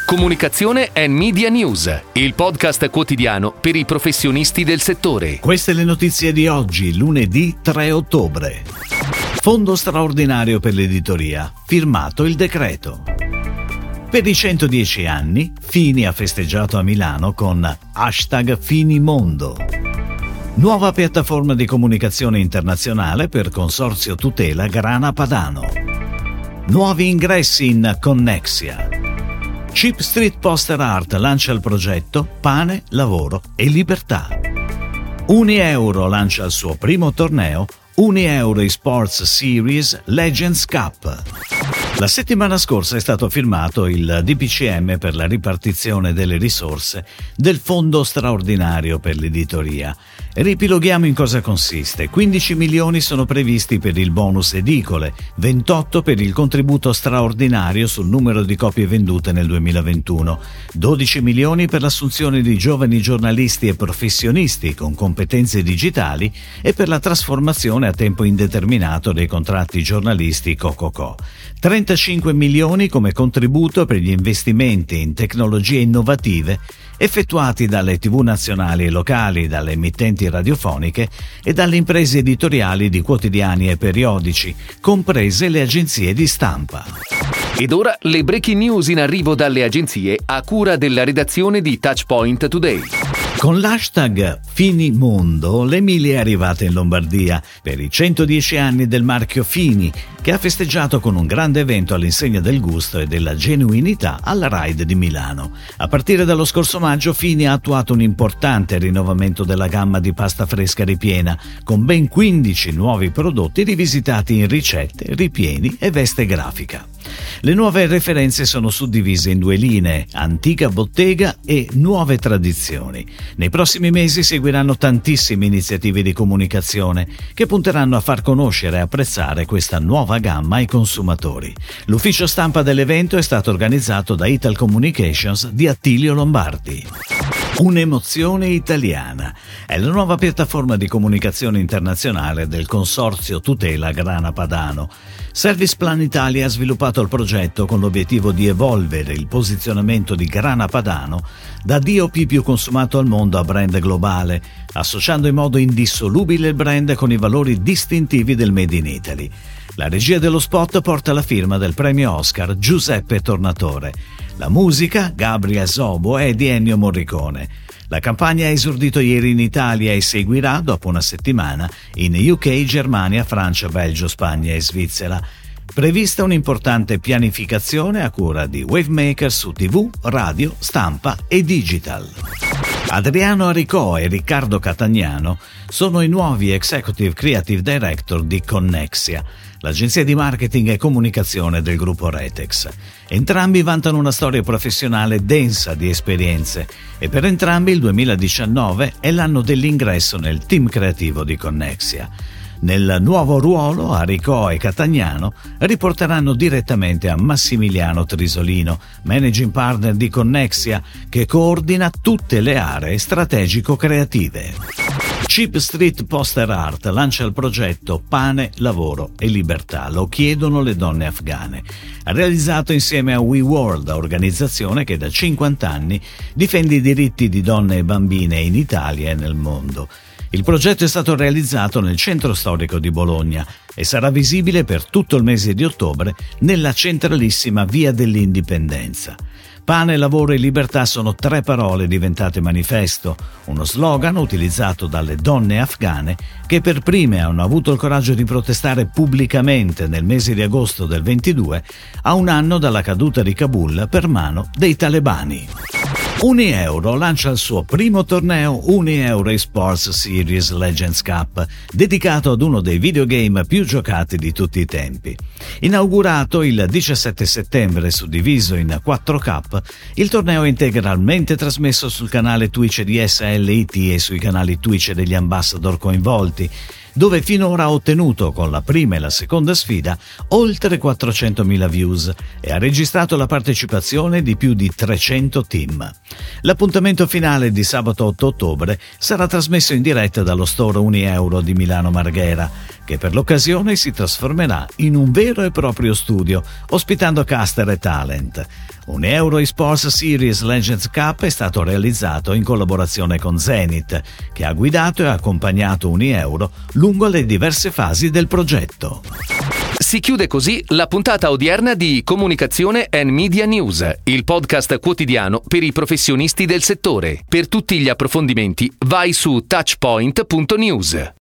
Comunicazione e Media News, il podcast quotidiano per i professionisti del settore. Queste le notizie di oggi, lunedì 3 ottobre. Fondo straordinario per l'editoria, firmato il decreto. Per i 110 anni, Fini ha festeggiato a Milano con #Finimondo. Nuova piattaforma di comunicazione internazionale per Consorzio Tutela Grana Padano. Nuovi ingressi in Connexia. Cheap Street Poster Art lancia il progetto Pane, Lavoro e Libertà. Unieuro lancia il suo primo torneo, Unieuro eSports Series Legends Cup. La settimana scorsa è stato firmato il DPCM per la ripartizione delle risorse del Fondo straordinario per l'editoria. Ripiloghiamo in cosa consiste. 15 milioni sono previsti per il bonus edicole, 28 per il contributo straordinario sul numero di copie vendute nel 2021, 12 milioni per l'assunzione di giovani giornalisti e professionisti con competenze digitali e per la trasformazione a tempo indeterminato dei contratti giornalisti COCOCO. 35 milioni come contributo per gli investimenti in tecnologie innovative effettuati dalle TV nazionali e locali, dalle emittenti radiofoniche e dalle imprese editoriali di quotidiani e periodici, comprese le agenzie di stampa. Ed ora le breaking news in arrivo dalle agenzie a cura della redazione di Touchpoint Today. Con l'hashtag Finimondo, l'Emilia è arrivata in Lombardia per i 110 anni del marchio Fini, che ha festeggiato con un grande evento all'insegna del gusto e della genuinità alla Ride di Milano. A partire dallo scorso maggio, Fini ha attuato un importante rinnovamento della gamma di pasta fresca ripiena, con ben 15 nuovi prodotti rivisitati in ricette, ripieni e veste grafica. Le nuove referenze sono suddivise in due linee, antica bottega e nuove tradizioni. Nei prossimi mesi seguiranno tantissime iniziative di comunicazione che punteranno a far conoscere e apprezzare questa nuova gamma ai consumatori. L'ufficio stampa dell'evento è stato organizzato da Ital Communications di Attilio Lombardi. Un'emozione italiana è la nuova piattaforma di comunicazione internazionale del Consorzio Tutela Grana Padano. Service Plan Italia ha sviluppato il progetto con l'obiettivo di evolvere il posizionamento di Grana Padano da DOP più consumato al mondo a brand globale, associando in modo indissolubile il brand con i valori distintivi del Made in Italy. La regia dello spot porta la firma del premio Oscar Giuseppe Tornatore. La musica, Gabriel Zobo, è di Ennio Morricone. La campagna ha esordito ieri in Italia e seguirà, dopo una settimana, in UK, Germania, Francia, Belgio, Spagna e Svizzera. Prevista un'importante pianificazione a cura di Wavemaker su TV, radio, stampa e digital. Adriano Aricò e Riccardo Catagnano sono i nuovi Executive Creative Director di Connexia, l'agenzia di marketing e comunicazione del gruppo Retex. Entrambi vantano una storia professionale densa di esperienze e per entrambi il 2019 è l'anno dell'ingresso nel team creativo di Connexia. Nel nuovo ruolo, Aricò e Catagnano riporteranno direttamente a Massimiliano Trisolino, managing partner di Connexia, che coordina tutte le aree strategico-creative. Cheap Street Poster Art lancia il progetto Pane, Lavoro e Libertà, lo chiedono le donne afghane. Ha realizzato insieme a We World, organizzazione che da 50 anni difende i diritti di donne e bambine in Italia e nel mondo. Il progetto è stato realizzato nel centro storico di Bologna e sarà visibile per tutto il mese di ottobre nella centralissima Via dell'Indipendenza. Pane, lavoro e libertà sono 3 parole diventate manifesto, uno slogan utilizzato dalle donne afghane che per prime hanno avuto il coraggio di protestare pubblicamente nel mese di agosto del 22, a un anno dalla caduta di Kabul per mano dei talebani. Unieuro lancia il suo primo torneo Unieuro eSports Series Legends Cup, dedicato ad uno dei videogame più giocati di tutti i tempi. Inaugurato il 17 settembre, suddiviso in 4 cup, il torneo è integralmente trasmesso sul canale Twitch di SLIT e sui canali Twitch degli ambassador coinvolti, dove finora ha ottenuto con la prima e la seconda sfida oltre 400.000 views e ha registrato la partecipazione di più di 300 team. L'appuntamento finale di sabato 8 ottobre sarà trasmesso in diretta dallo store Unieuro di Milano Marghera, che per l'occasione si trasformerà in un vero e proprio studio, ospitando caster e talent. Unieuro eSports Series Legends Cup è stato realizzato in collaborazione con Zenith, che ha guidato e accompagnato Unieuro lungo le diverse fasi del progetto. Si chiude così la puntata odierna di Comunicazione and Media News, il podcast quotidiano per i professionisti del settore. Per tutti gli approfondimenti vai su touchpoint.news.